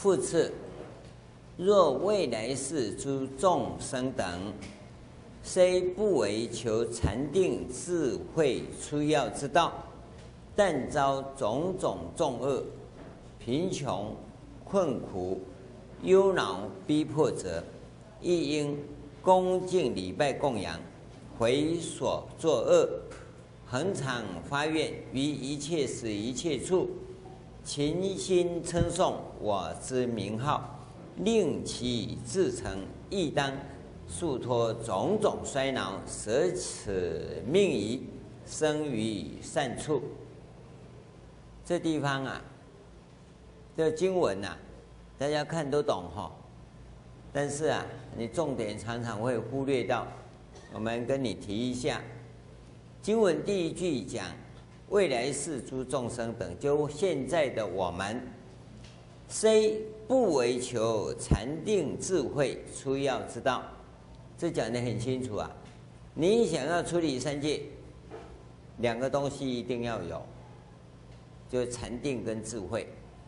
复次，若未来世诸众生等，虽不为求禅定智慧出要之道，但遭种种重恶、贫穷、困苦、忧恼逼迫者，亦应恭敬礼拜供养，回所作恶，恒常发愿于一切时一切处，勤心称颂我之名号，令其自成，亦当速脱种种衰恼，舍此命仪，生于善处。这地方啊，这经文啊，大家看都懂哈，但是啊，你重点常常会忽略到。我们跟你提一下，经文第一句讲未来世诸众生等，就现在的我们，虽不为求禅定智慧出要之道，这讲得很清楚啊。你想要处理三界，两个东西一定要有，就是禅定跟智慧。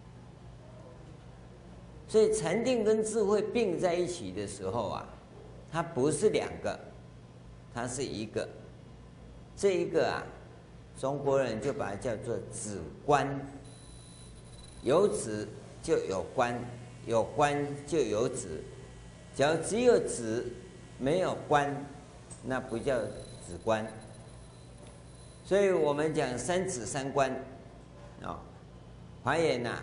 所以禅定跟智慧并在一起的时候啊，它不是两个，它是一个。这一个啊，中国人就把它叫做止观。有止就有观，有观就有止。只要只有止没有观，那不叫止观。所以我们讲三止三观啊，华严呐，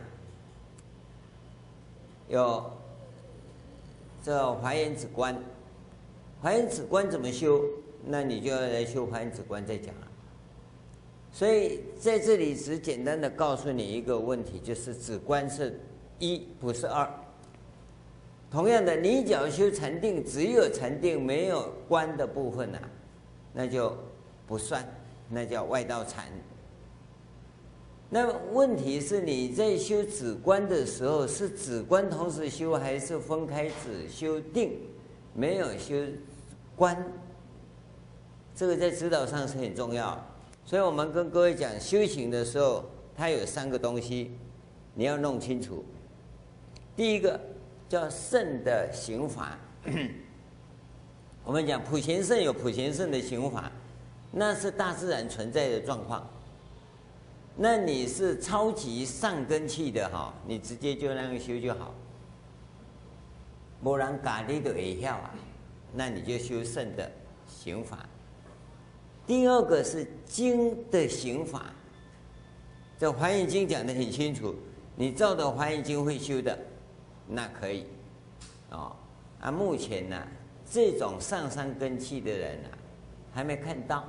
有这华严止观。华严止观怎么修？那你就要来修华严止观再讲了。所以在这里只简单的告诉你一个问题，就是止观是一，不是二。同样的，你只要修禅定，只有禅定没有观的部分啊，那就不算，那叫外道禅。那问题是你在修止观的时候，是止观同时修，还是分开止修定，没有修观？这个在指导上是很重要。所以我们跟各位讲，修行的时候，它有三个东西你要弄清楚。第一个叫圣的行法。我们讲普贤圣有普贤圣的行法，那是大自然存在的状况。那你是超级上根器的哈，你直接就那样修就好。没人教你就会晓啊，那你就修圣的行法。第二个是经的行法，这《华严经》讲得很清楚，你照着《华严经》会修的，那可以，目前呢，这种上三根器的人啊，还没看到，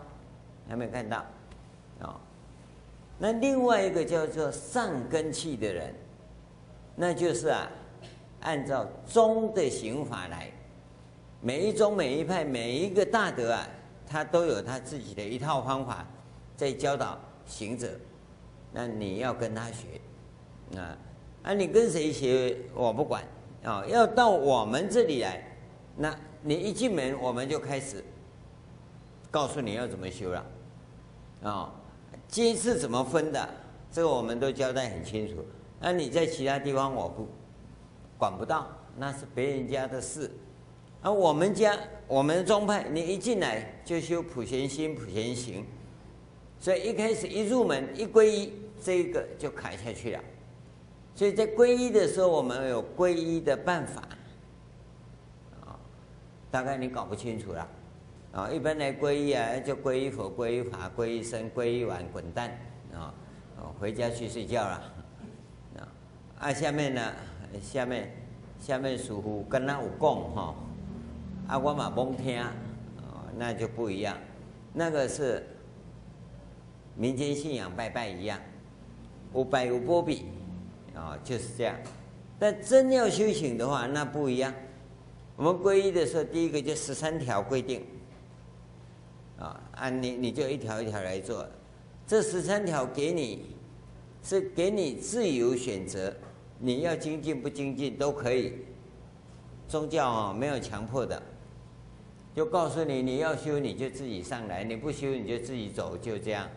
那另外一个叫做上根器的人，那就是啊，按照宗的行法来，每一宗每一派每一个大德啊，他都有他自己的一套方法在教导行者，那你要跟他学，你跟谁学我不管啊，要到我们这里来，那你一进门我们就开始告诉你要怎么修了，阶次怎么分的，这个我们都交代很清楚。那你在其他地方我不管不到，那是别人家的事。而我们家我们宗派，你一进来就修普贤心、普贤行，所以一开始一入门一皈依，这个就砍下去了。所以在皈依的时候，我们有皈依的办法，大概你搞不清楚了。一般来皈依啊，就皈依佛、皈依法、皈依僧、皈依完滚蛋回家去睡觉了。下面呢，下面师父跟他有讲我嘛懵听，那就不一样。那个是民间信仰拜拜一样，有拜有波比就是这样。但真要修行的话，那不一样。我们皈依的时候，第一个就13条规定，你就一条一条来做。这13条给你是给你自由选择，你要精进不精进都可以。宗教没有强迫的，就告诉你你要修你就自己上来，你不修你就自己走，就这样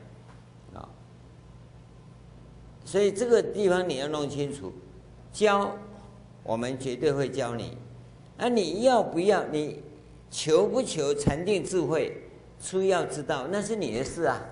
所以这个地方你要弄清楚，教我们绝对会教你。啊，你要不要？你求不求禅定智慧？出要知道，那是你的事啊。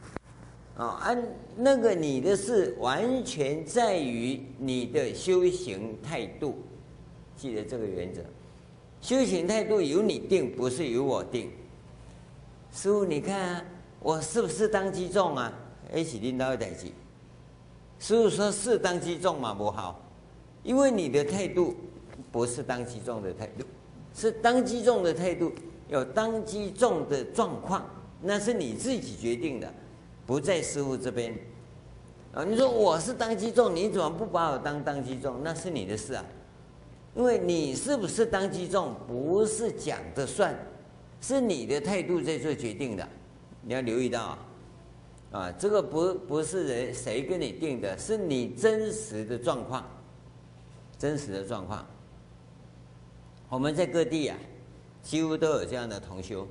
那个你的事完全在于你的修行态度，记得这个原则。修行态度由你定，不是由我定。师父，你看啊，我是不是当机众啊？是领导的代志。师父说是当机众嘛，不好，因为你的态度不是当机众的态度，是当机众的态度，有当机众的状况，那是你自己决定的。不在师父这边啊！你说我是当机众，你怎么不把我当机众？那是你的事啊，因为你是不是当机众，不是讲的算，是你的态度在做决定的。你要留意到啊，这个不是谁跟你定的，是你真实的状况，真实的状况。我们在各地啊，几乎都有这样的同修，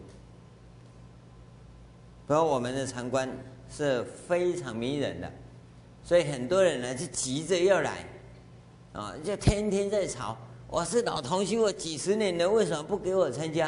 包括我们的禅观。是非常迷人的，所以很多人呢就急着要来，就天天在吵。我是老同修，我几十年了，为什么不给我参加？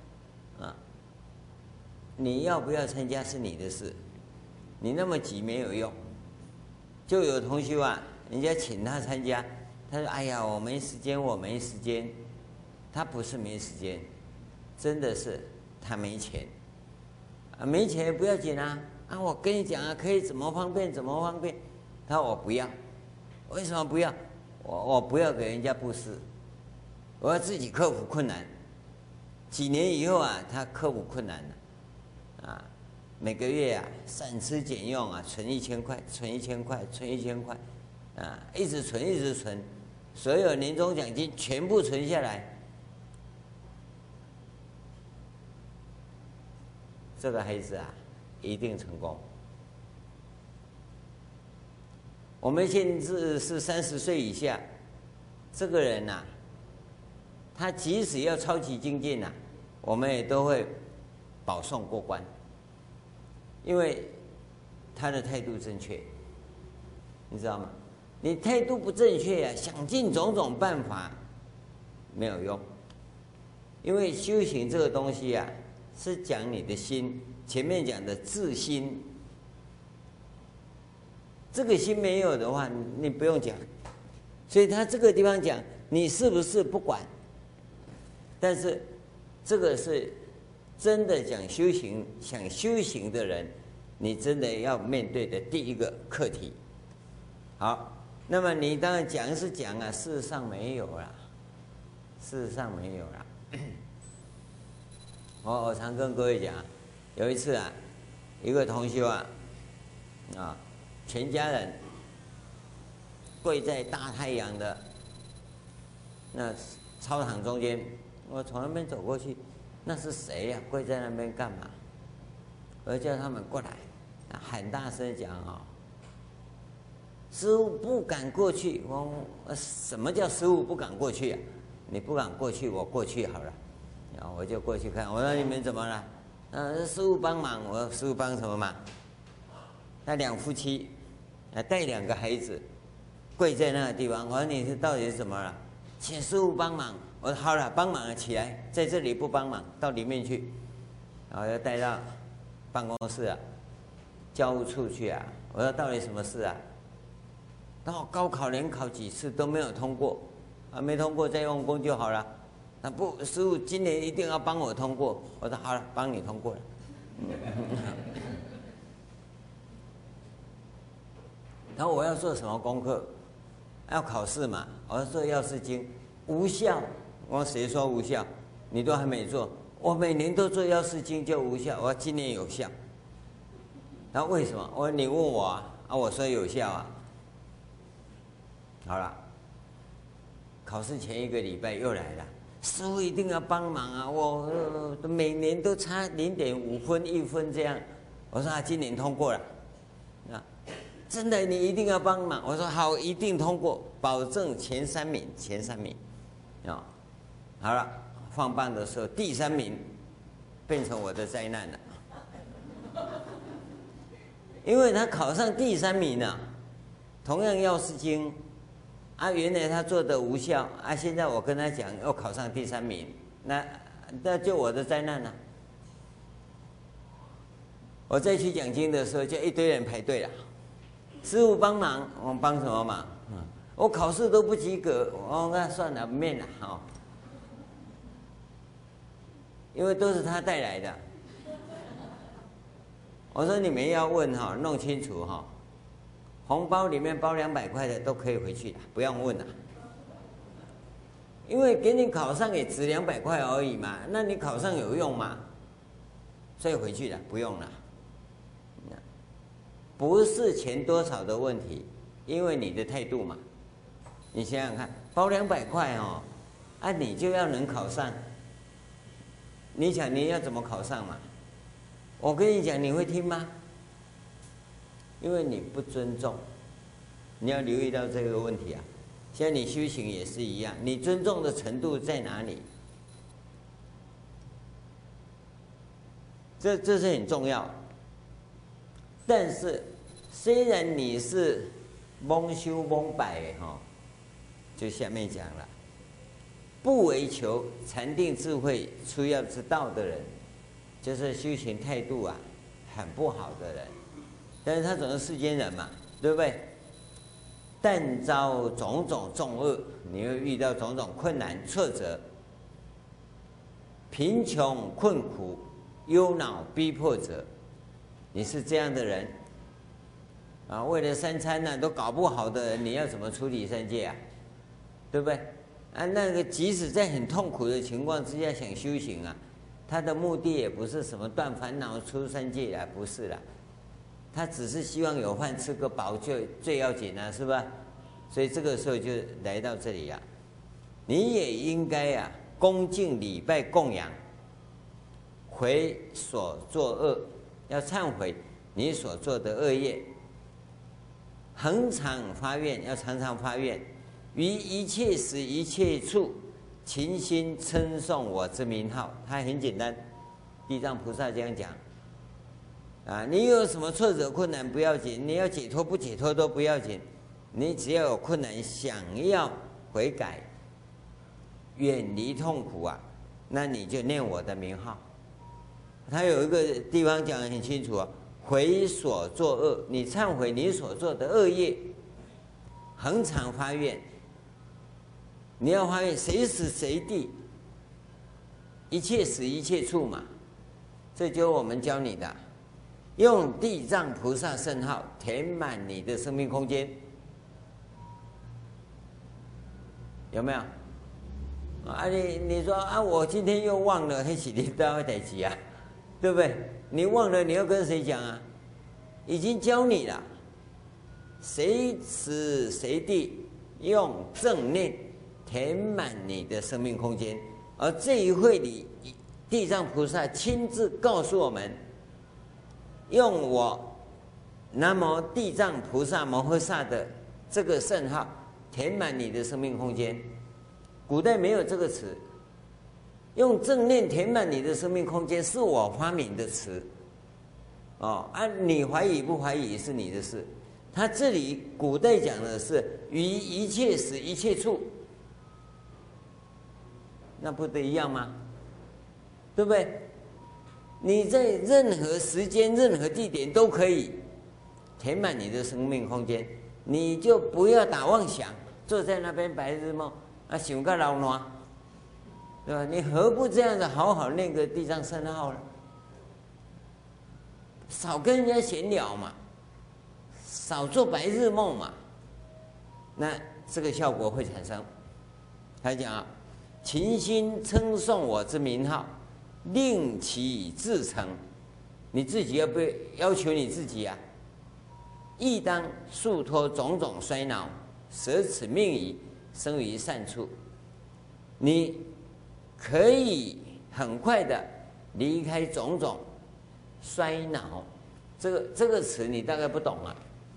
你要不要参加是你的事，你那么急没有用。就有同修啊，人家请他参加，他说：“哎呀，我没时间，我没时间。”他不是没时间，真的是他没钱。没钱不要紧啊。我跟你讲啊，可以怎么方便怎么方便。他说我不要，为什么不要？我不要给人家布施，我要自己克服困难。几年以后啊，他克服困难了，每个月啊省吃俭用啊，存1000块，存1000块，存1000块，一直存一直存，所有年终奖金全部存下来。这个孩子啊，一定成功。我们现在是30岁以下，这个人呐，他即使要超级精进呐，我们也都会保送过关，因为他的态度正确，你知道吗？你态度不正确呀，想尽种种办法没有用，因为修行这个东西啊，是讲你的心。前面讲的自心，这个心没有的话，你不用讲。所以他这个地方讲你是不是不管，但是这个是真的讲修行，想修行的人，你真的要面对的第一个课题。好，那么你当然讲是讲啊，事实上没有啦，事实上没有啦。我常跟各位讲。有一次啊，一个同修啊，全家人跪在大太阳的那操场中间，我从那边走过去，那是谁呀？跪在那边干嘛？我就叫他们过来，很大声讲师父不敢过去。我什么叫师父不敢过去啊？你不敢过去，我过去好了。然后我就过去看，我说你们怎么了？师父帮忙。我说师父帮什么忙？那2夫妻，带2个孩子，跪在那个地方。我说你是到底是怎么了？请师父帮忙。我说好了，帮忙了，起来，在这里不帮忙，到里面去。然后要带到办公室啊，教务处去啊。我说到底什么事啊？然后高考连考几次都没有通过，没通过再用功就好了。不，师父今年一定要帮我通过。我说好了，帮你通过了。然后我要做什么功课？要考试嘛。我要做药师经，无效。我说谁说无效？你都还没做。我每年都做药师经就无效。我说今年有效。然后为什么？我说你问我啊，我说有效啊。好了，考试前1个礼拜又来了。师父一定要帮忙啊！我每年都差0.5分、1分这样。我说今年通过了，真的你一定要帮忙。我说好，一定通过，保证前3名，前3名。好了，放榜的时候第3名变成我的灾难了，因为他考上第3名啊，同样药师经， 啊，原来他做的无效啊，现在我跟他讲要考上第3名，那就我的灾难了。我再去讲经的时候，就一堆人排队了。师父帮忙，我帮什么忙？我考试都不及格，那算了，免了哈。因为都是他带来的。我说你们要问哈，弄清楚哈，红包里面包200块的都可以回去的，不用问了。因为给你考上也值200块而已嘛，那你考上有用吗？所以回去了，不用了。不是钱多少的问题，因为你的态度嘛。你想想看，包200块哦，啊，你就要能考上。你想你要怎么考上嘛？我跟你讲，你会听吗？因为你不尊重，你要留意到这个问题啊。现在你修行也是一样，你尊重的程度在哪里？这是很重要。但是虽然你是蒙修蒙百哈，就下面讲了，不为求禅定智慧出要之道的人，就是修行态度啊很不好的人。但是他总是世间人嘛，对不对？但遭种种重恶，你会遇到种种困难挫折，贫穷困苦忧恼逼迫者，你是这样的人啊，为了3餐呢都搞不好的人，你要怎么处理3界啊？对不对？啊，那个即使在很痛苦的情况之下想修行啊，他的目的也不是什么断烦恼出3界啊，不是啦，他只是希望有饭吃个饱就最要紧啊，是吧？所以这个时候就来到这里啊，你也应该啊恭敬礼拜供养，悔所作恶，要忏悔你所做的恶业，恒常发愿，要常常发愿，于一切时一切处勤心称颂我之名号。它很简单，地藏菩萨这样讲啊，你有什么挫折困难不要紧，你要解脱不解脱都不要紧，你只要有困难想要悔改远离痛苦啊，那你就念我的名号。他有一个地方讲得很清楚啊，悔所作恶，你忏悔你所做的恶业，恒常发愿，你要发愿随时随地一切时一切处嘛，这就是我们教你的，用地藏菩萨圣号填满你的生命空间，有没有？啊，你说啊，我今天又忘了，那是你大会代志啊，对不对？你忘了，你要跟谁讲啊？已经教你了，随时随地用正念填满你的生命空间。而这一会里，地藏菩萨亲自告诉我们，用我南无地藏菩萨摩诃萨的这个圣号填满你的生命空间。古代没有这个词，用正念填满你的生命空间是我发明的词。哦，啊，你怀疑不怀疑是你的事。他这里古代讲的是于一切时一切处，那不都一样吗？对不对？你在任何时间、任何地点都可以填满你的生命空间，你就不要打妄想，坐在那边白日梦啊，想个老暖，对吧？你何不这样子好好念个地藏圣号呢？少跟人家闲聊嘛，少做白日梦嘛，那这个效果会产生。他讲啊，勤心称颂我之名号，令其自成。你自己要不要求你自己啊？亦当速脱种种衰恼，舍此命矣，生于善处。你可以很快的离开种种衰恼，这个词你大概不懂啊。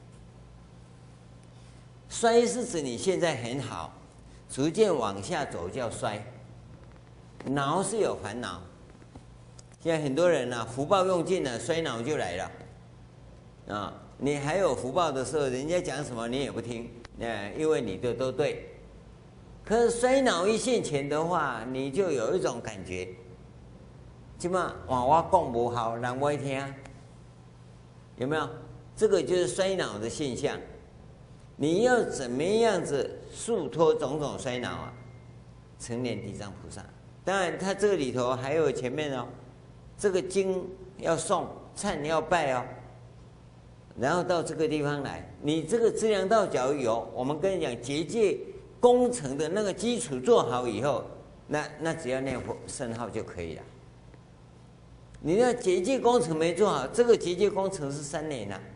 衰是指你现在很好，逐渐往下走叫衰。恼是有烦恼，现在很多人啊，福报用尽了，衰恼就来了啊。你还有福报的时候，人家讲什么你也不听， 因为你的都对。可是衰老一现前的话，你就有一种感觉，起码我讲不好，人不会听，有没有？这个就是衰老的现象。你要怎么样子速脱种种衰老啊？成年地藏菩萨。当然，他这个里头还有前面哦，这个经要诵，忏要拜哦，然后到这个地方来，你这个资粮道假如有，我们跟你讲结界工程的那个基础做好以后，那只要念圣号就可以了。你那结界工程没做好，这个结界工程是3年啊。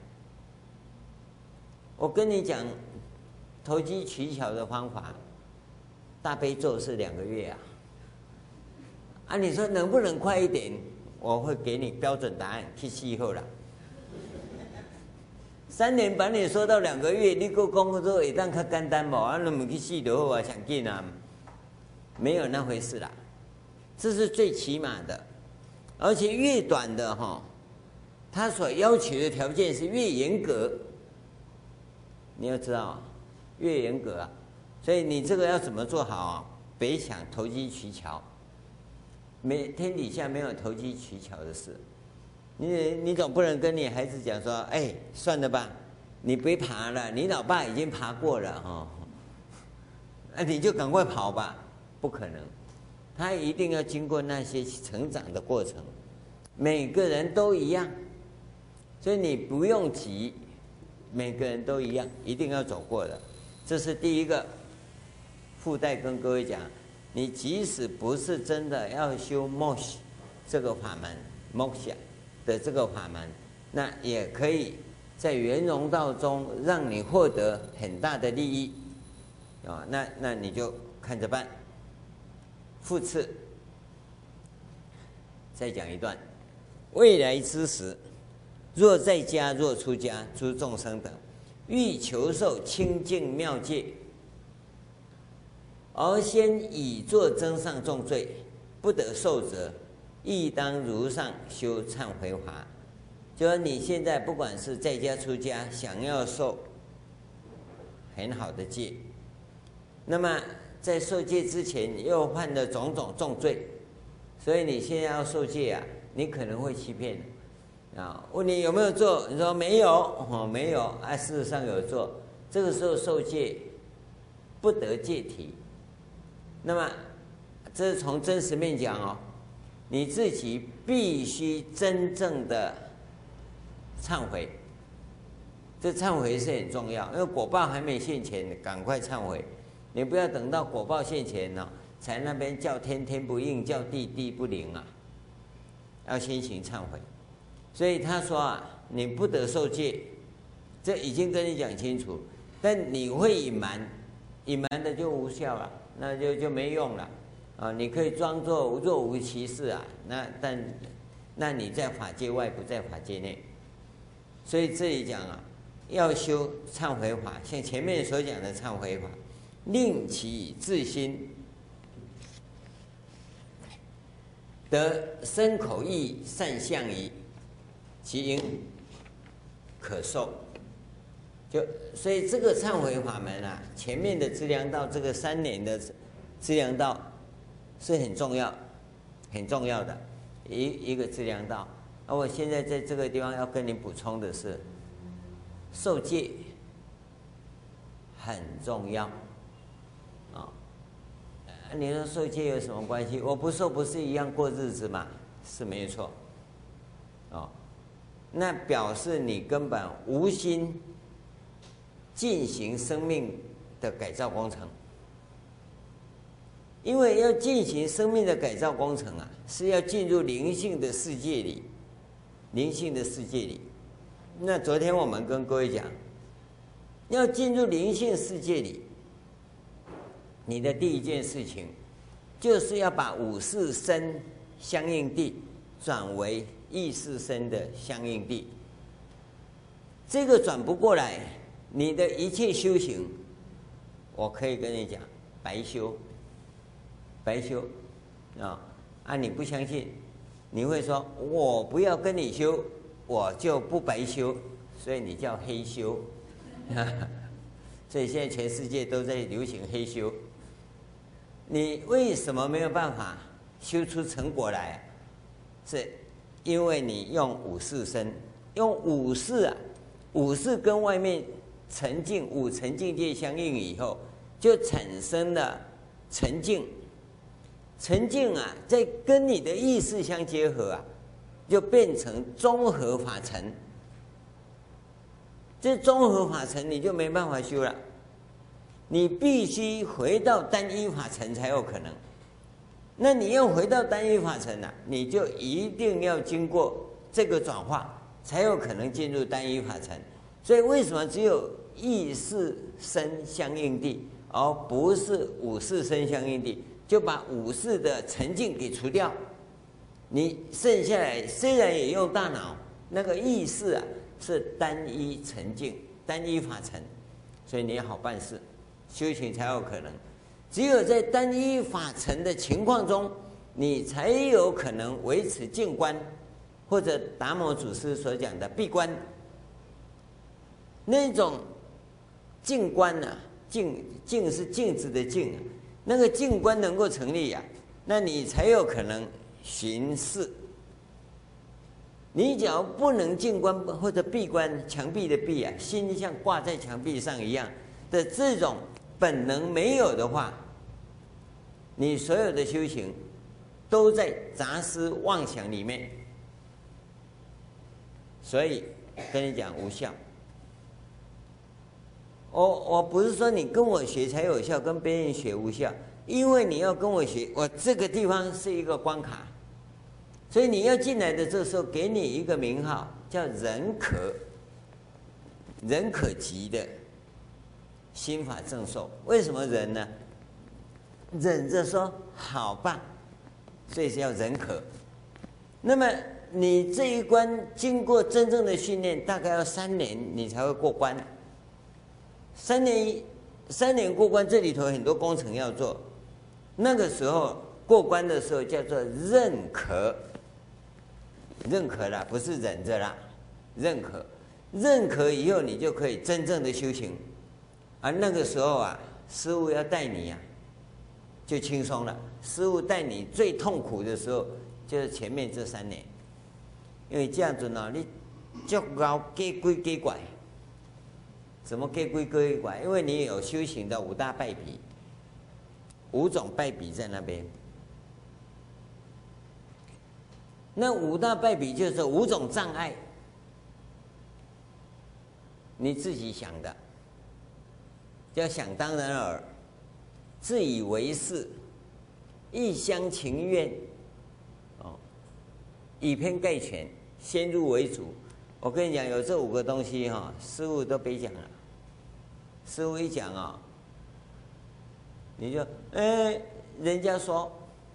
我跟你讲，投机取巧的方法，大悲咒是2个月啊。你说能不能快一点？我会给你标准答案，去试后啦。3年把你说到2个月，你搁讲说会当较简单无？那么去试就好啊，上紧啊，没有那回事啦。这是最起码的，而且越短的哈，他所要求的条件是越严格。你要知道，越严格啊，所以你这个要怎么做好啊？别想投机取巧，天底下没有投机取巧的事。你总不能跟你孩子讲说，算了吧，你别爬了，你老爸已经爬过了哈，你就赶快跑吧，不可能，他一定要经过那些成长的过程，每个人都一样，所以你不用急，每个人都一样，一定要走过的，这是第一个。附带跟各位讲，你即使不是真的要修莫西这个法门，莫西的这个法门，那也可以在圆融道中让你获得很大的利益啊。那你就看着办。复次，再讲一段：未来之时，若在家，若出家，诸众生等欲求受清净妙戒，而先以作增上重罪，不得受者，亦当如上修忏悔法。就说你现在不管是在家出家，想要受很好的戒，那么在受戒之前又犯了种种重罪，所以你现在要受戒啊，你可能会欺骗啊。问你有没有做，你说没有，没有啊，事实上有做。这个时候受戒不得戒体。那么这是从真实面讲哦，你自己必须真正的忏悔，这忏悔是很重要，因为果报还没现前，赶快忏悔，你不要等到果报现前呢，才那边叫天天不应，叫地地不灵啊，要先行忏悔。所以他说啊，你不得受戒，这已经跟你讲清楚，但你会隐瞒，隐瞒的就无效了。那就没用了啊！你可以装作若无其事啊，那你在法界外，不在法界内。所以这里讲啊，要修忏悔法，像前面所讲的忏悔法，令其自心得身口意善相宜，其因可受。所以这个忏悔法门啊，前面的资粮道这个3年的资粮道是很重要、很重要的一个资粮道。而我现在在这个地方要跟你补充的是，受戒很重要啊。你说受戒有什么关系？我不受不是一样过日子吗？是没错哦。那表示你根本无心进行生命的改造工程，因为要进行生命的改造工程啊，是要进入灵性的世界里，灵性的世界里。那昨天我们跟各位讲，要进入灵性世界里，你的第一件事情，就是要把五识身相应地转为意识身的相应地。这个转不过来，你的一切修行，我可以跟你讲，白修，白修啊！你不相信，你会说我不要跟你修，我就不白修，所以你叫黑修。 所以现在全世界都在流行黑修。你为什么没有办法修出成果来？是因为你用五识身，用五识啊，五识跟外面沉静五尘境界相应以后，就产生了沉静。沉静啊，再跟你的意识相结合啊，就变成综合法尘。这综合法尘你就没办法修了，你必须回到单一法尘才有可能。那你要回到单一法尘啊，你就一定要经过这个转化，才有可能进入单一法尘。所以为什么只有意识身相应地，而不是五识身相应地？就把五识的沉静给除掉，你剩下来虽然也用大脑，那个意识啊是单一沉静、单一法尘，所以你好办事，修行才有可能。只有在单一法尘的情况中，你才有可能维持静观，或者达摩祖师所讲的闭关。那种静观啊，静是镜子的静啊，那个静观能够成立啊，那你才有可能巡视。你只要不能静观或者闭关，墙壁的闭啊，心像挂在墙壁上一样的这种本能没有的话，你所有的修行都在杂思妄想里面。所以跟你讲无效。我不是说你跟我学才有效，跟别人学无效，因为你要跟我学，我这个地方是一个关卡。所以你要进来的这时候，给你一个名号，叫人可及的心法正受。为什么人呢？忍着说好吧，所以是要人可。那么你这一关经过真正的训练，大概要3年你才会过关。3年过关，这里头很多工程要做。那个时候过关的时候叫做认可。认可啦，不是忍着啦，认可，认可以后你就可以真正的修行，而那个时候啊，师父要带你啊，就轻松了。师父带你最痛苦的时候，就是前面这3年，因为这样子呢，你足高给归给拐，怎么给归给拐？因为你有修行的5大败笔，5种败笔在那边。那5大败笔就是5种障碍，你自己想的，叫想当然耳，自以为是，一厢情愿，以偏概全，先入为主。我跟你讲，有这5个东西哈，师父都别讲了。师父一讲啊，你就人家说，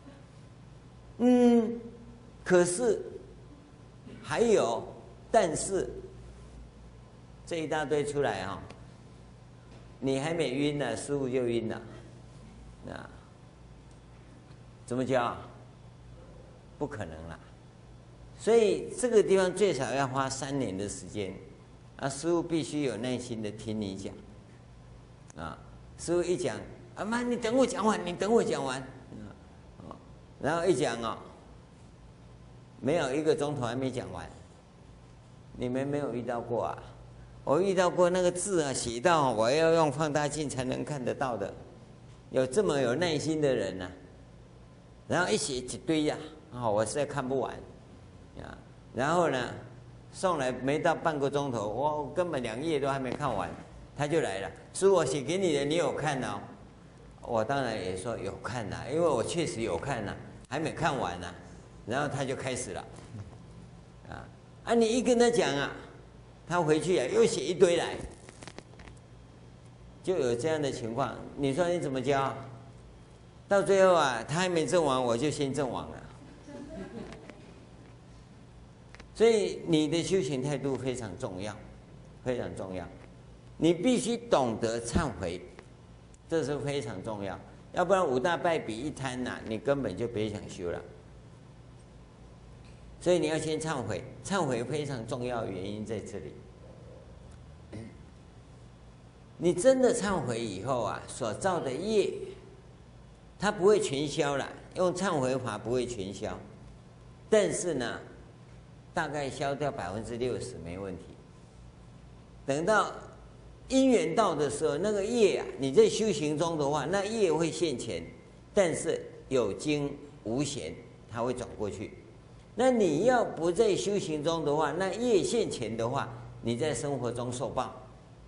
可是还有，但是这一大堆出来哈，你还没晕呢，师父就晕了，那怎么教？不可能啦。所以这个地方最少要花3年的时间，啊，师父必须有耐心的听你讲，啊，师父一讲，啊妈，你等我讲完，你等我讲完，然后一讲哦。没有1个钟头还没讲完，你们没有遇到过啊？我遇到过那个字啊，写到我要用放大镜才能看得到的，有这么有耐心的人啊。然后一写一堆呀，我实在看不完，然后呢，送来没到半个钟头，我根本2页都还没看完，他就来了，师父我写给你的，你有看哦？我当然也说有看啦，因为我确实有看啦，还没看完呢。然后他就开始了，你一跟他讲啊，他回去啊又写一堆来，就有这样的情况。你说你怎么教？到最后啊，他还没证完，我就先证完了。所以你的修行态度非常重要，非常重要。你必须懂得忏悔，这是非常重要。要不然5大败笔一摊呐，你根本就别想修了。所以你要先忏悔，忏悔非常重要，原因在这里。 你真的忏悔以后啊，所造的业，它不会全消了，用忏悔法不会全消，但是呢，大概消掉60%没问题。等到因缘到的时候，那个业啊，你在修行中的话，那业会现前，但是有惊无显，它会转过去。那你要不在修行中的话，那业现前的话，你在生活中受报，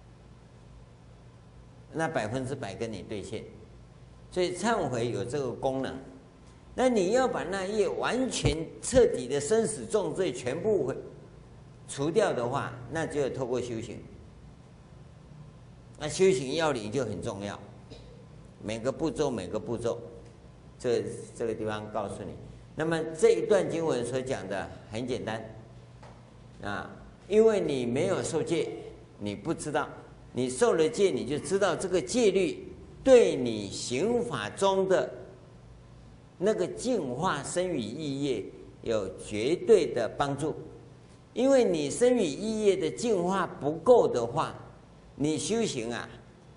那100%跟你兑现。所以忏悔有这个功能。那你要把那业完全彻底的生死重罪全部除掉的话，那就要透过修行。那修行要领就很重要，每个步骤，这个地方告诉你。那么这一段经文所讲的很简单啊，因为你没有受戒，你不知道；你受了戒，你就知道这个戒律对你行法中的那个净化身语意业有绝对的帮助。因为你身语意业的净化不够的话，你修行啊，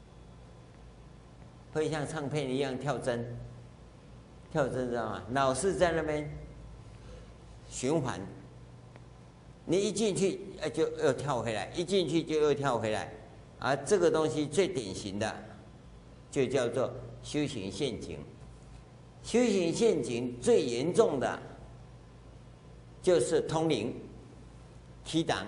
会像唱片一样跳针，知道吗？老是在那边循环，你一进去就又跳回来，一进去就又跳回来，而这个东西最典型的就叫做修行陷阱。修行陷阱最严重的就是通灵、起档。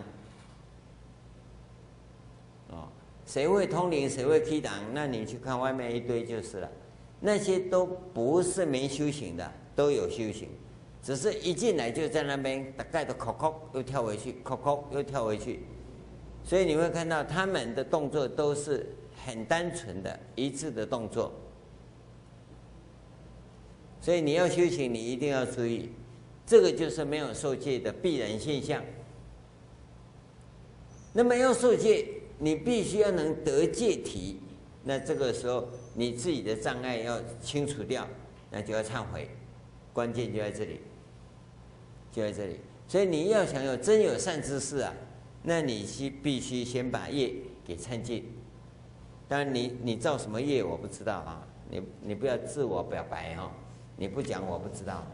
谁会通灵，谁会起档，那你去看外面一堆就是了。那些都不是没修行的，都有修行，只是一进来就在那边大概的扣扣又跳回去，扣扣又跳回去。所以你会看到他们的动作都是很单纯的一致的动作。所以你要修行，你一定要注意，这个就是没有受戒的必然现象。那么要受戒，你必须要能得戒体，那这个时候你自己的障碍要清除掉，那就要忏悔，关键就在这里，所以你要想真有善知识啊，那你必须先把业给忏尽。当然你造什么业我不知道啊，你不要自我表白哈，你不讲我不知道。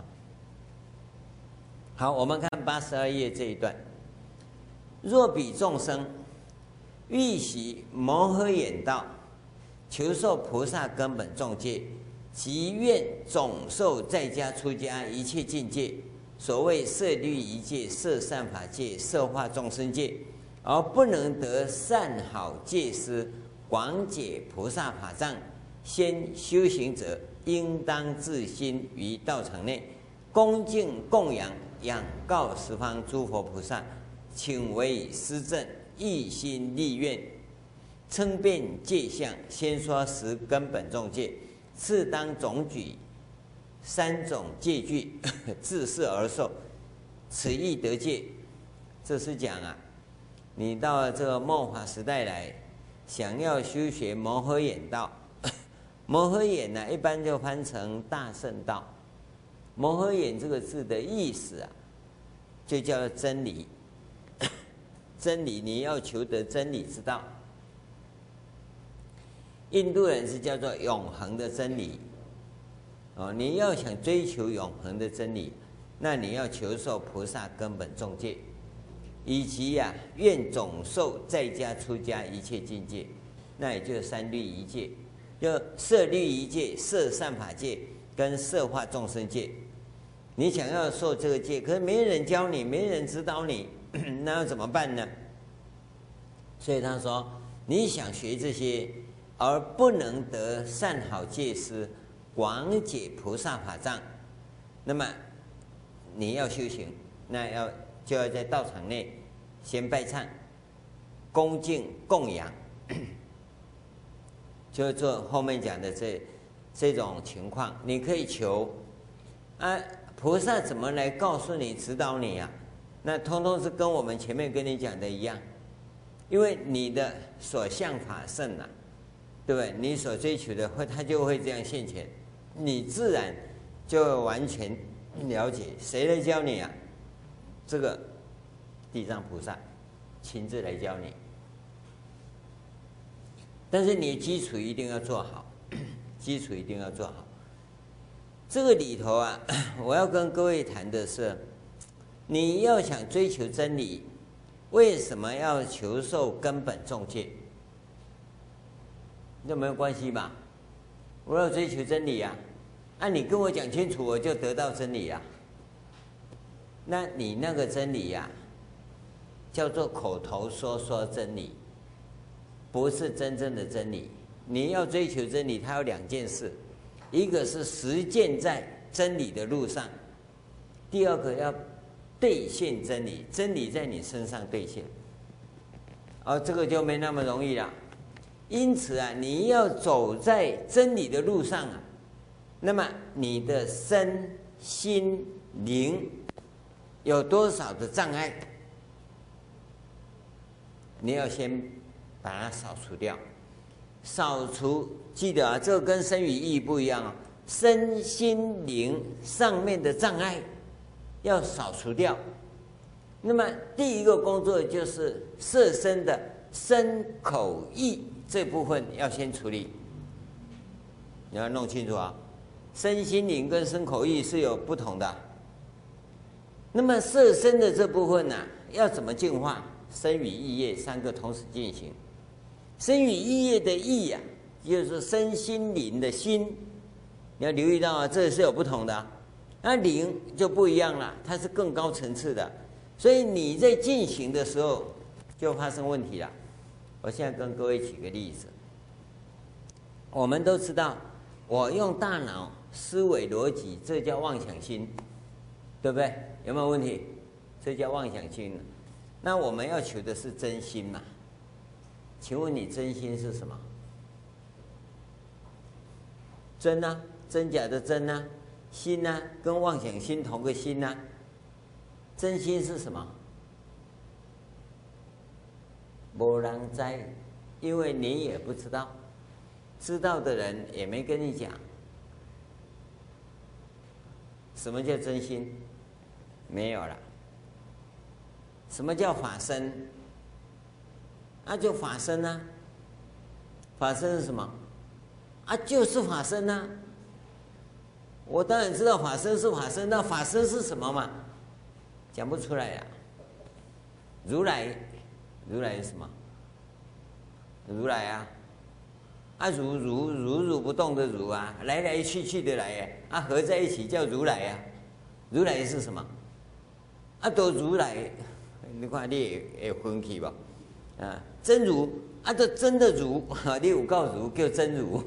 好，我们看82页这一段，若彼众生欲习摩诃眼道，求受菩萨根本众戒，即愿总受在家出家一切境界，所谓摄律仪戒、摄善法戒、摄化众生戒，而不能得善好戒师广解菩萨法藏，先修行者应当自心于道场内恭敬供养，仰告十方诸佛菩萨，请为施正，一心立愿，称辩戒相，先说10根本众戒，次当总举3种戒具，自是而受，此亦得戒。这是讲啊，你到了这个末法时代来，想要修学摩诃眼道，摩诃眼呢，一般就翻成大乘道。摩诃眼这个字的意思啊，就叫做真理。真理，你要求得真理之道。印度人是叫做永恒的真理。你要想追求永恒的真理，那你要求受菩萨根本众戒，以及愿总受在家出家一切境界，那也就是3律仪戒，就摄律仪戒、摄善法戒跟摄化众生戒。你想要受这个戒，可是没人教你，没人指导你，那要怎么办呢？所以他说，你想学这些，而不能得善好戒师广解菩萨法藏，那么你要修行，那就要在道场内先拜忏、恭敬供养，就做后面讲的这种情况。你可以求菩萨怎么来告诉你、指导你啊？那通通是跟我们前面跟你讲的一样，因为你的所向法胜啊，对不对？你所追求的他就会这样现前，你自然就完全了解。谁来教你啊？这个地藏菩萨亲自来教你。 但是你的基础一定要做好，基础一定要做好。这个里头啊，我要跟各位谈的是，你要想追求真理，为什么要求受根本中戒？这没有关系吧？我要追求真理啊，你跟我讲清楚，我就得到真理啊。那你那个真理呀，叫做口头说真理，不是真正的真理。你要追求真理，它有两件事，一个是实践在真理的路上，第二个要兑现真理，真理在你身上兑现。这个就没那么容易了。因此啊，你要走在真理的路上啊，那么你的身心灵有多少的障碍，你要先把它扫除掉。扫除，记得啊，这个跟身语意不一样啊。身心灵上面的障碍要扫除掉。那么第一个工作就是摄身的身口意这部分要先处理，你要弄清楚啊。身心灵跟身口意是有不同的。那么摄身的这部分呢，要怎么净化？身语意业三个同时进行。身语意业的意啊，就是身心灵的心，你要留意到啊，这是有不同的。那灵就不一样了，它是更高层次的，所以你在进行的时候就发生问题了。我现在跟各位举个例子，我们都知道，我用大脑思维逻辑，这叫妄想心，对不对？有没有问题？这叫妄想心。那我们要求的是真心嘛？请问你真心是什么？真啊，真假的真啊，心啊，跟妄想心同个心啊。真心是什么？没人知，因为你也不知道，知道的人也没跟你讲。什么叫真心？没有了。什么叫法身？那就法身啊。法身是什么？就是法身啊。我当然知道法身是法身，那法身是什么嘛？讲不出来呀。如来，如来是什么？如来啊。如不动的如啊，来来去去的来啊，合在一起叫如来啊。如来是什么？都如来，你看你会分去吧？真如都真的如，你有告如叫真如。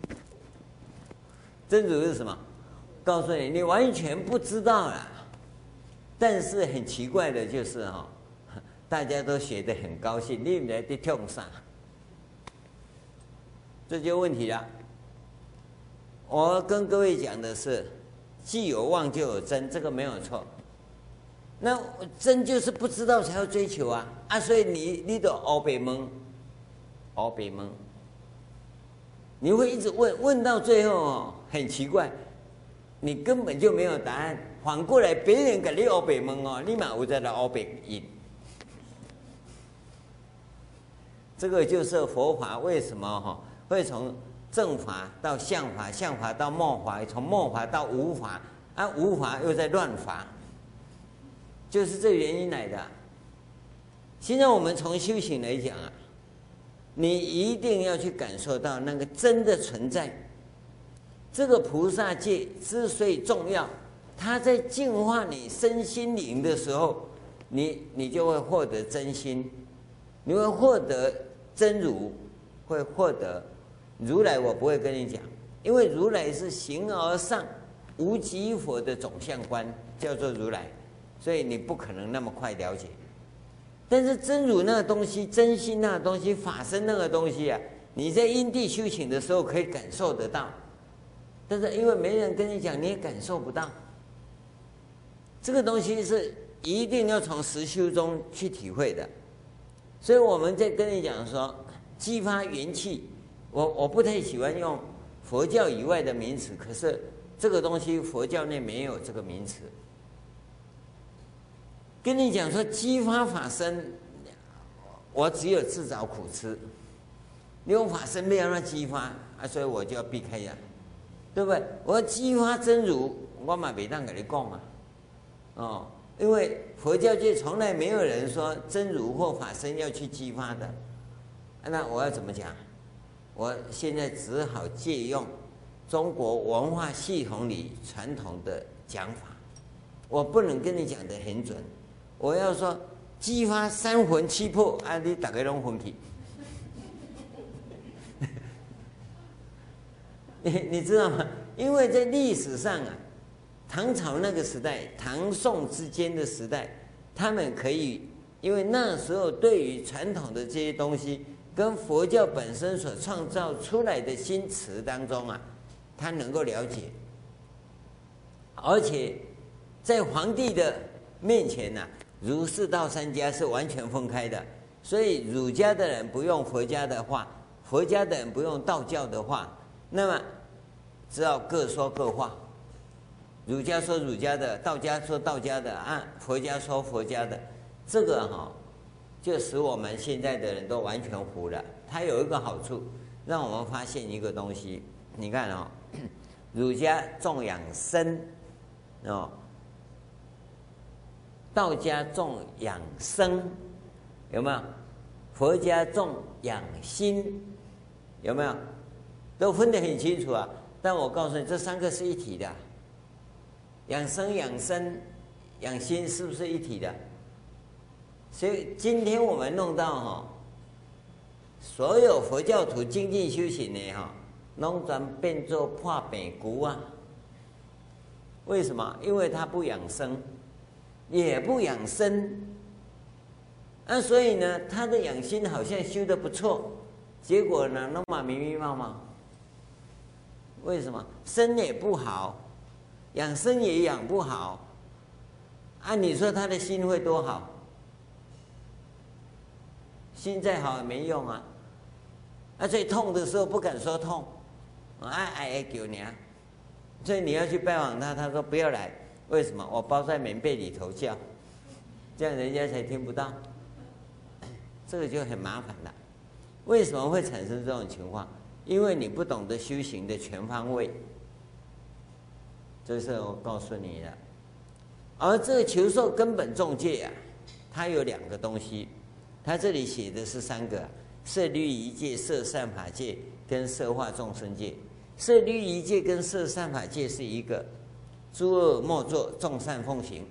真如是什么？告诉你，你完全不知道啦。但是很奇怪的就是大家都学得很高兴，你们在跳啥？这就问题了。我跟各位讲的是，既有妄就有真，这个没有错。那真就是不知道才要追求啊！所以你都熬北蒙，熬北蒙，你会一直问到最后很奇怪，你根本就没有答案。反过来，别人给你熬北蒙你马有在那熬北引。这个就是佛法为什么会从正法到相法，相法到末法，从末法到无法，无法又在乱法。就是这个原因来的。现在我们从修行来讲啊，你一定要去感受到那个真的存在。这个菩萨戒之所以重要，它在净化你身心灵的时候，你就会获得真心，你会获得真如，会获得如来。我不会跟你讲，因为如来是形而上无极佛的总相观，叫做如来。所以你不可能那么快了解，但是真如那个东西、真心那个东西、法身那个东西啊，你在因地修行的时候可以感受得到，但是因为没人跟你讲，你也感受不到。这个东西是一定要从实修中去体会的。所以我们在跟你讲说，激发元气，我不太喜欢用佛教以外的名词，可是这个东西佛教内没有这个名词。跟你讲说激发法身，我只有自找苦吃。 你用法身不要让它激发啊，所以我就要避开呀，对不对？我要激发真如，我嘛没当跟你讲啊，哦，因为佛教界从来没有人说真如或法身要去激发的，那我要怎么讲？我现在只好借用中国文化系统里传统的讲法，我不能跟你讲的很准，我要说激发三魂七魄啊，你大概拢昏去。你知道吗？因为在历史上啊，唐朝那个时代，唐宋之间的时代，他们可以，因为那时候对于传统的这些东西，跟佛教本身所创造出来的新词当中啊，他能够了解，而且在皇帝的面前啊，儒释道三家是完全分开的，所以儒家的人不用佛家的话，佛家的人不用道教的话。那么，只好各说各话，儒家说儒家的，道家说道家的，啊，佛家说佛家的，这个就使我们现在的人都完全糊了。它有一个好处，让我们发现一个东西，你看儒家重养生，道家重养生，有没有？佛家重养心，有没有？都分得很清楚啊，但我告诉你，这三个是一体的，养生、养生、养心是不是一体的？所以今天我们弄到所有佛教徒精进修行的弄转变做破病骨啊。为什么？因为他不养生，也不养生，所以呢，他的养心好像修得不错，结果呢，弄嘛迷迷茫茫。为什么？身也不好，养生也养不好，你说他的心会多好？心再好也没用啊！最痛的时候不敢说痛，哀求你啊！所以你要去拜访他，他说不要来，为什么？我包在棉被里头叫，这样人家才听不到。这个就很麻烦了。为什么会产生这种情况？因为你不懂得修行的全方位，这是我告诉你的。而这个求受根本中戒啊，它有两个东西，它这里写的是三个：摄律仪戒、摄善法戒跟摄化众生戒。摄律仪戒跟摄善法戒是一个，诸恶莫作，众善奉行。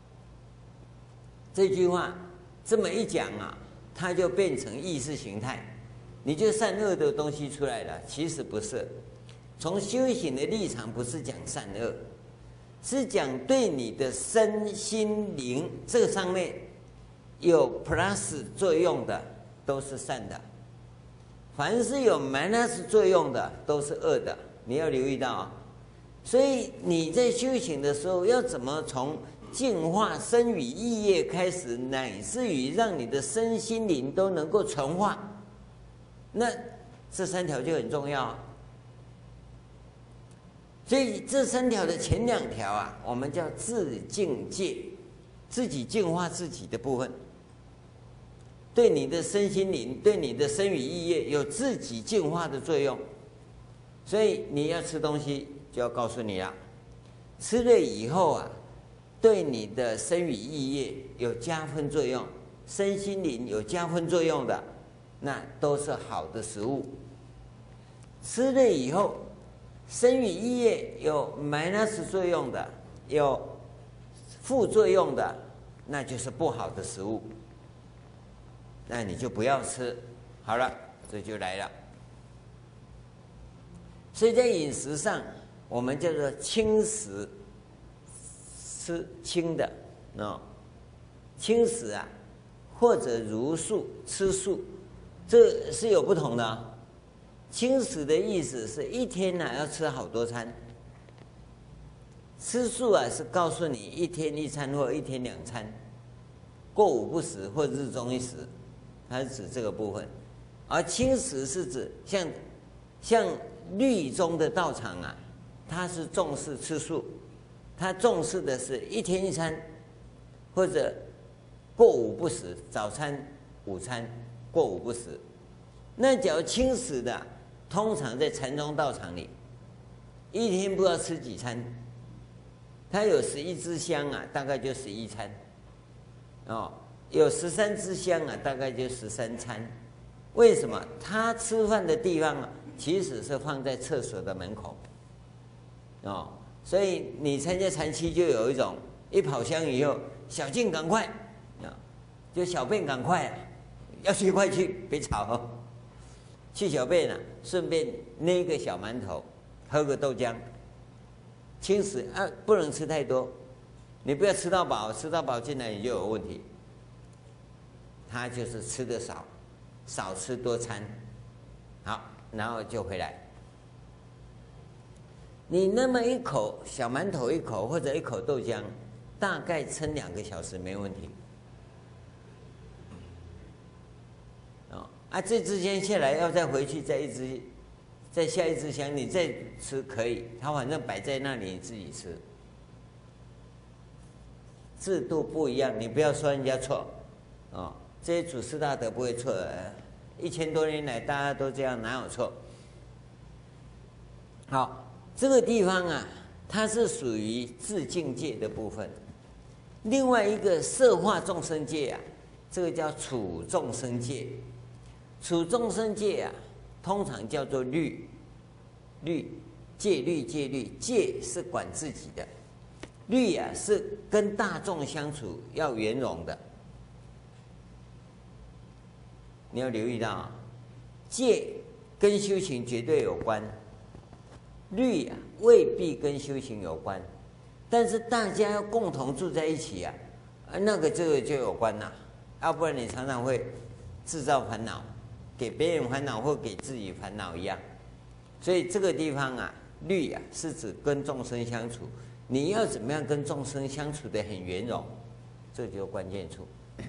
这句话这么一讲啊，它就变成意识形态。你就善恶的东西出来了，其实不是。从修行的立场，不是讲善恶，是讲对你的身心灵这个上面有 plus 作用的都是善的，凡是有 minus 作用的都是恶的，你要留意到啊。所以你在修行的时候，要怎么从净化身语意业开始，乃至于让你的身心灵都能够纯化。那这三条就很重要啊，所以这三条的前两条啊，我们叫自净戒，自己净化自己的部分，对你的身心灵、对你的身语意业有自己净化的作用。所以你要吃东西，就要告诉你了，吃了以后啊，对你的身语意业有加分作用，身心灵有加分作用的。那都是好的食物。吃了以后，身语意业有 minus 作用的，有副作用的，那就是不好的食物，那你就不要吃。好了，这就来了。所以在饮食上，我们叫做轻食，吃轻的轻食啊，或者茹素，吃素。这是有不同的啊。轻食的意思是一天要吃好多餐，吃素啊是告诉你一天一餐或一天两餐，过午不食或日中一食，它是指这个部分。而轻食是指像律宗的道场啊，它是重视吃素，它重视的是一天一餐，或者过午不食，早餐、午餐。过午不食， 那假如轻食的，通常在禅宗道场里，一天不知道吃几餐。他有11支香啊，大概就11餐，哦，有13支香啊，大概就13餐。为什么？他吃饭的地方啊，其实是放在厕所的门口，哦，所以你参加禅期就有一种一跑香以后，小静赶快啊，就小便赶快啊，要去快去，别吵哦。去小便啊，顺便捏个小馒头，喝个豆浆，轻食啊，不能吃太多，你不要吃到饱，吃到饱进来你就有问题。他就是吃的少，少吃多餐，好，然后就回来。你那么一口小馒头一口或者一口豆浆，大概撑2个小时没问题。啊，这支香下来要再回去再下一支香，你再吃可以，它反正摆在那里你自己吃。制度不一样，你不要说人家错，哦，这些祖师大德不会错的，1000多年来大家都这样，哪有错？好，这个地方啊，它是属于自境界的部分。另外一个摄化众生界啊，这个叫处众生界。处众生界啊，通常叫做律，戒律，戒是管自己的，律啊是跟大众相处要圆融的。你要留意到啊，戒跟修行绝对有关，律啊未必跟修行有关，但是大家要共同住在一起啊，这个就有关啦，要不然你常常会制造烦恼。给别人烦恼或给自己烦恼一样，所以这个地方啊，律啊是指跟众生相处，你要怎么样跟众生相处得很圆融，这就是关键处。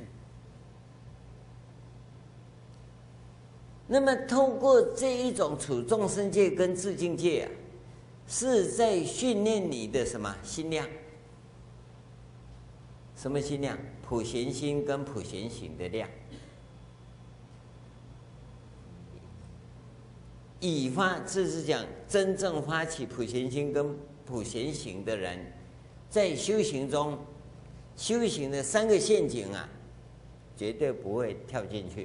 那么透过这一种处众生界跟自境界啊，是在训练你的什么心量？什么心量？普贤心跟普贤行的量。这是讲真正发起普贤心跟普贤行的人，在修行中，修行的3个陷阱啊，绝对不会跳进去。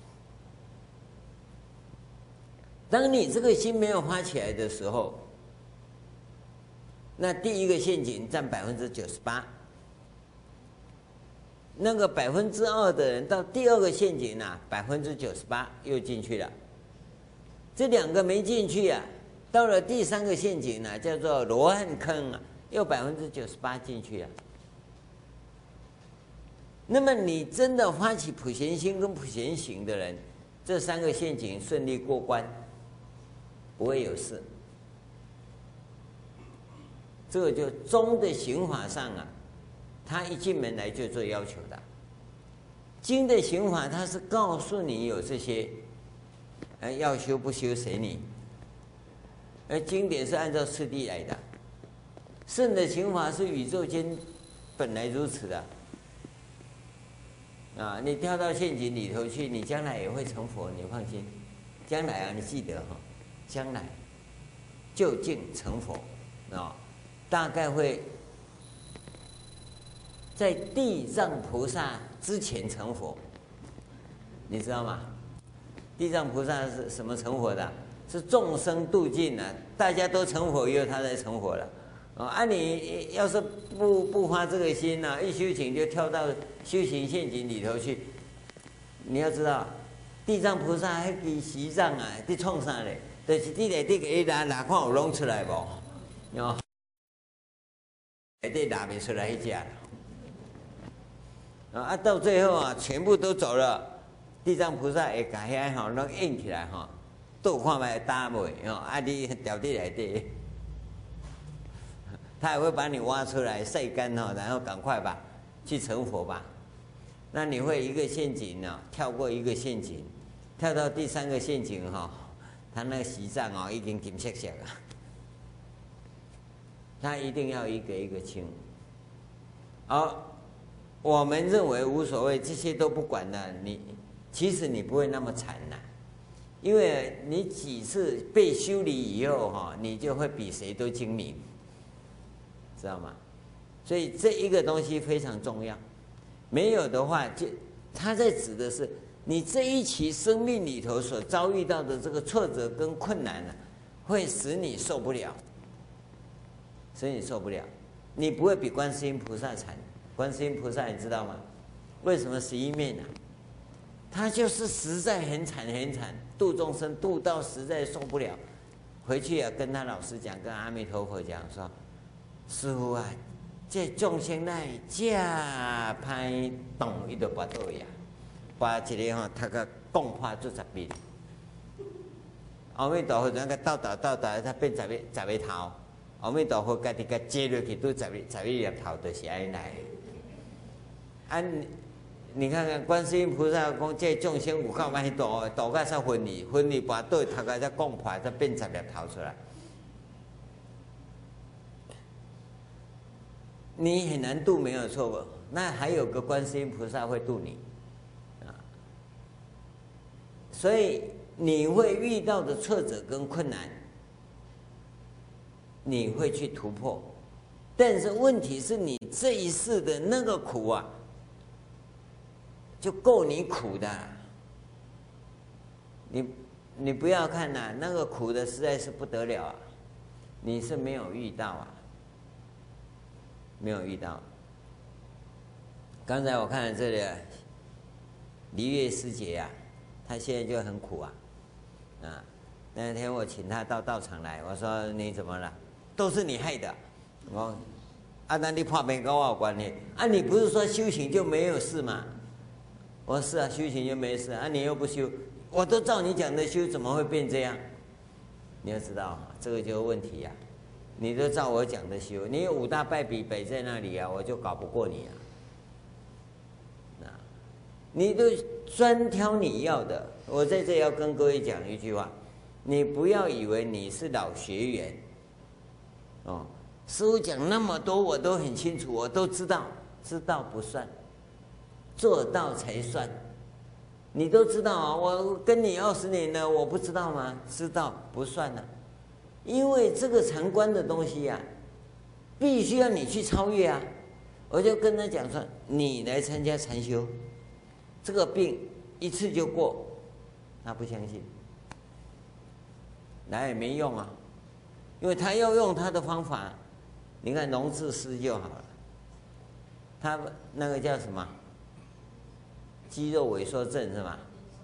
当你这个心没有发起来的时候，那第一个陷阱占98%，那个2%的人到第2个陷阱啊，98%又进去了。这2个没进去啊，到了第3个陷阱呢，叫做罗汉坑啊，又98%进去了。那么你真的发起普贤心跟普贤行的人，这3个陷阱顺利过关，不会有事。这个就宗的刑法上啊，他一进门来就做要求的。经的刑法他是告诉你有这些。要修不修随你，而经典是按照次第来的。圣的刑法是宇宙间本来如此的啊！你跳到陷阱里头去，你将来也会成佛，你放心。将来啊，你记得哈，将来就近成佛啊，大概会在地藏菩萨之前成佛，你知道吗？地藏菩萨是什么成佛的？是众生度尽了，大家都成佛以后，他才成佛了。你要是不发这个心呢，一修行就跳到修行陷阱里头去。你要知道，地藏菩萨那个西藏啊，在创啥嘞？就是你内底给拿看有弄出来无？内底拿不出来一家。到最后啊，全部都走了。地藏菩萨会把遐吼拢印起来吼，倒看卖打袂你掉地内底，他也会把你挖出来晒干然后赶快吧去成佛吧。那你会一个陷阱跳过一个陷阱，跳到第3个陷阱他那个习障已经金色色了，他一定要一个一个清。我们认为无所谓，这些都不管的，其实你不会那么惨呐， 因为你几次被修理以后哈，你就会比谁都精明，知道吗？所以这一个东西非常重要，没有的话，就他在指的是你这一期生命里头所遭遇到的这个挫折跟困难呢，会使你受不了，使你受不了。你不会比观世音菩萨惨，观世音菩萨你知道吗？为什么11面呢？他就是实在很惨很惨，度众生度到实在受不了，回去啊跟他老师讲，跟阿弥陀佛讲说，师父啊，这众生来假歹动，伊就跋倒呀，把一个吼他个讲破做10遍，阿弥陀佛那个倒，他变十个头，阿弥陀佛家己甲接落去都十一粒头，就是安尼来。啊，你看看观世音菩萨讲，这众生有够歹度，度到才分离跋倒，头壳才讲破，才变10粒头出来。你很难度，没有错，那还有个观世音菩萨会度你，啊，所以你会遇到的挫折跟困难，你会去突破，但是问题是你这一世的那个苦啊，就够你苦的。你不要看呐，那个苦的实在是不得了啊，你是没有遇到啊。没有遇到。刚才我看了这里，璃月师姐啊，她现在就很苦啊，啊，那天我请她到道场来，我说你怎么了？都是你害的。我啊，那你怕没跟我有关系？啊，你不是说修行就没有事吗？我说是啊，修行就没事啊，你又不修，我都照你讲的修，怎么会变这样？你要知道，这个就是问题呀。你都照我讲的修，你有5大败笔摆在那里啊，我就搞不过你啊！你都专挑你要的。我在这里要跟各位讲一句话：你不要以为你是老学员哦，师父讲那么多我都很清楚，我都知道，知道不算，做到才算。你都知道啊，我跟你20年了，我不知道吗？知道不算啊。因为这个禅观的东西啊，必须要你去超越啊！我就跟他讲说，你来参加禅修，这个病一次就过，他不相信，来也没用啊，因为他要用他的方法，你看龙智师就好了，他那个叫什么肌肉萎缩症是吧？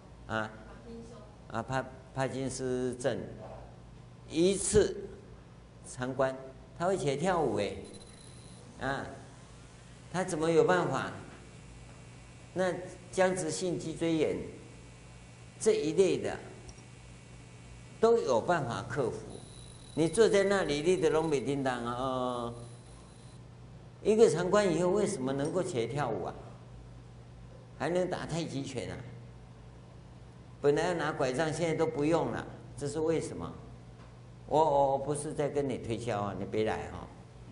帕金斯症。一次参观，他会起来跳舞啊，他怎么有办法？那僵直性脊椎炎这一类的都有办法克服。你坐在那里，你的拢没叮当啊！一个参观以后，为什么能够起来跳舞啊？还能打太极拳啊？本来要拿拐杖，现在都不用了，这是为什么？我不是在跟你推销啊，你别来哈！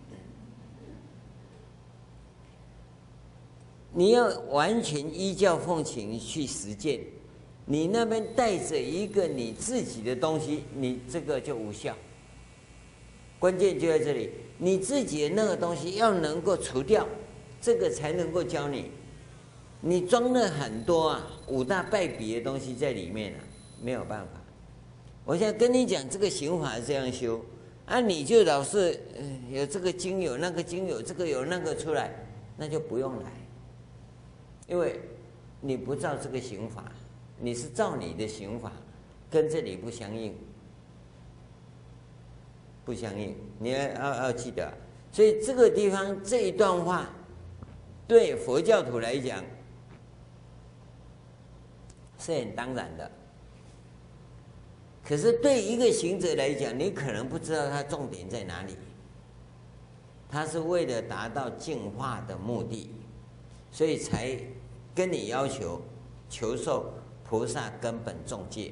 你要完全依教奉行去实践，你那边带着一个你自己的东西，你这个就无效。关键就在这里，你自己的那个东西要能够除掉，这个才能够教你。你装了很多5大败笔的东西在里面没有办法。我现在跟你讲，这个刑法这样修啊，你就老是有这个经有那个经有这个有那个出来，那就不用来，因为你不照这个刑法，你是照你的刑法，跟这里不相应，不相应，你要记得。所以这个地方这一段话，对佛教徒来讲是很当然的。可是对一个行者来讲，你可能不知道他重点在哪里。他是为了达到净化的目的，所以才跟你要求求受菩萨根本众戒。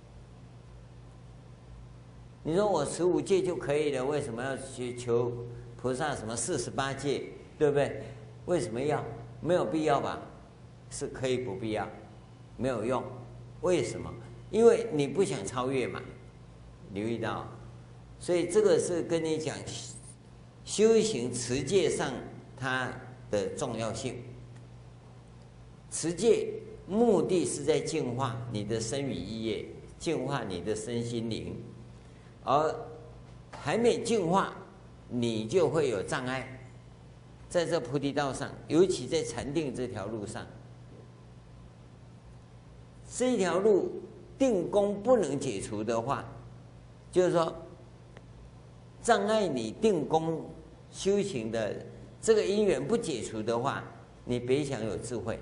你说我15戒就可以了，为什么要去求菩萨什么48戒？对不对？为什么要？没有必要吧？是可以不必要，没有用。为什么？ 因为你不想超越嘛，留意到，所以这个是跟你讲修行持戒上它的重要性。持戒目的是在净化你的身语意业，净化你的身心灵，而还没净化，你就会有障碍。在这菩提道上，尤其在禅定这条路上，这一条路定功不能解除的话，就是说障碍你定功修行的这个因缘不解除的话，你别想有智慧，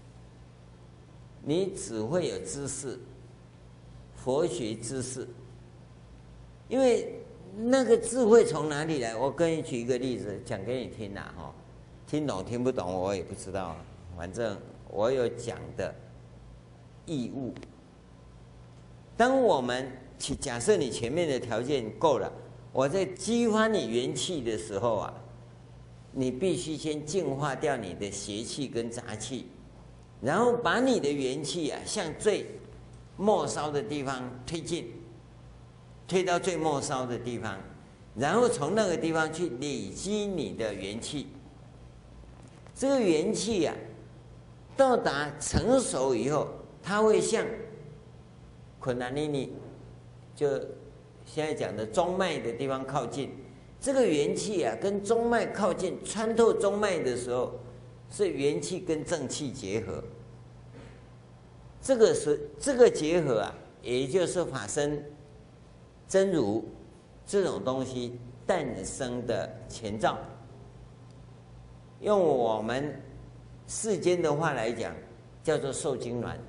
你只会有知识，佛学知识。因为那个智慧从哪里来？我跟你举一个例子讲给你听啦，哈，听懂听不懂我也不知道，反正我有讲的义务。当我们假设你前面的条件够了，我在激发你元气的时候啊，你必须先净化掉你的邪气跟杂气，然后把你的元气啊向最末梢的地方推进，推到最末梢的地方，然后从那个地方去累积你的元气。这个元气啊，到达成熟以后，它会向昆达尼尼，就现在讲的中脉的地方靠近。这个元气啊，跟中脉靠近，穿透中脉的时候，是元气跟正气结合。这个结合啊，也就是法身真如这种东西诞生的前兆。用我们世间的话来讲，叫做受精卵；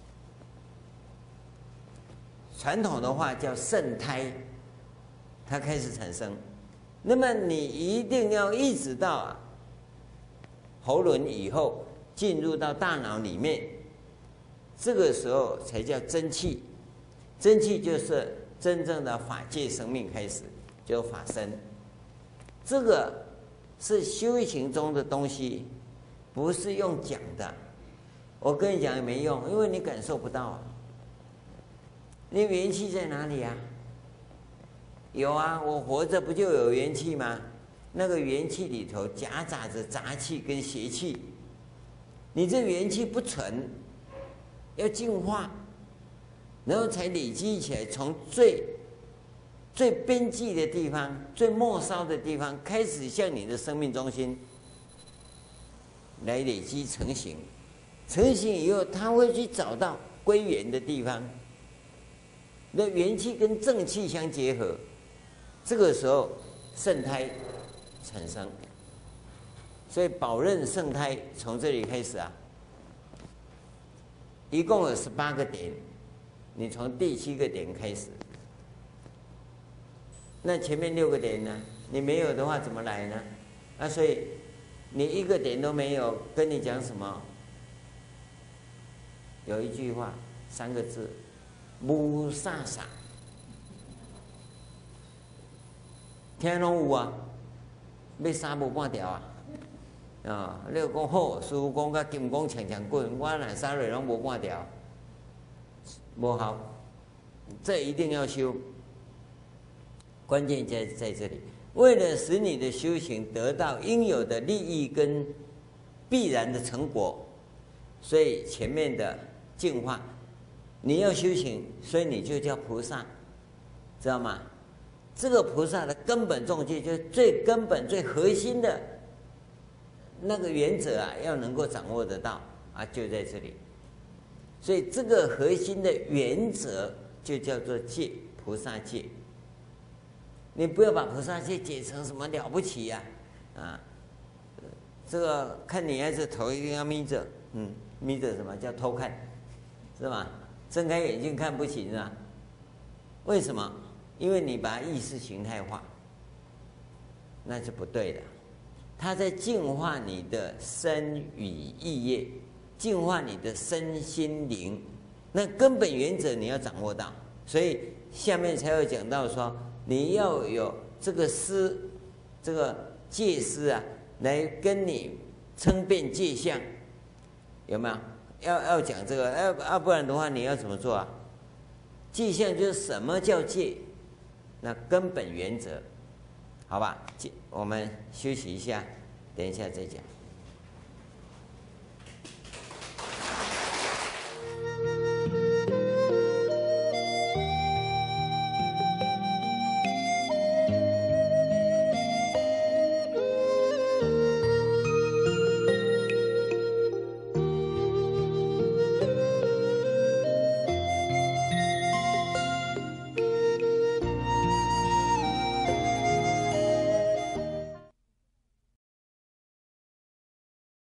传统的话叫圣胎，它开始产生。那么你一定要一直到喉轮以后，进入到大脑里面，这个时候才叫真气。真气就是真正的法界生命开始，就法身。这个是修行中的东西，不是用讲的。我跟你讲也没用，因为你感受不到啊。你元气在哪里啊？有啊，我活着不就有元气吗？那个元气里头夹杂着杂气跟邪气，你这元气不纯，要净化，然后才累积起来，从最边际的地方、最末梢的地方开始向你的生命中心来累积成型。成型以后，它会去找到归元的地方，那元气跟正气相结合，这个时候圣胎产生。所以宝刃圣胎从这里开始啊，一共有18个点，你从第7个点开始。那前面6个点呢？你没有的话怎么来呢？所以你一个点都没有，跟你讲什么？有一句话，3个字：无啥啥。听拢有啊，要杀无半条啊！你又讲好，师父讲甲金光强强滚，我若杀落拢无半条，无效。这一定要修。关键在这里，为了使你的修行得到应有的利益跟必然的成果，所以前面的净化，你要修行，所以你就叫菩萨，知道吗？这个菩萨的根本重戒，就是最根本、最核心的那个原则啊，要能够掌握得到啊，就在这里。所以这个核心的原则就叫做戒，菩萨戒。你不要把菩萨戒解成什么了不起呀，这个看女孩子头一定要眯着，眯着什么叫偷看，是吧？睁开眼睛看不行是吧？为什么？因为你把意识形态化，那是不对的。它在净化你的身语意业，净化你的身心灵，那根本原则你要掌握到。所以下面才有讲到说，你要有这个师，这个戒师啊，来跟你称辩戒相，有没有？要讲这个，不然的话你要怎么做啊？ 迹象就是什么叫戒，那根本原则，好吧？我们休息一下，等一下再讲。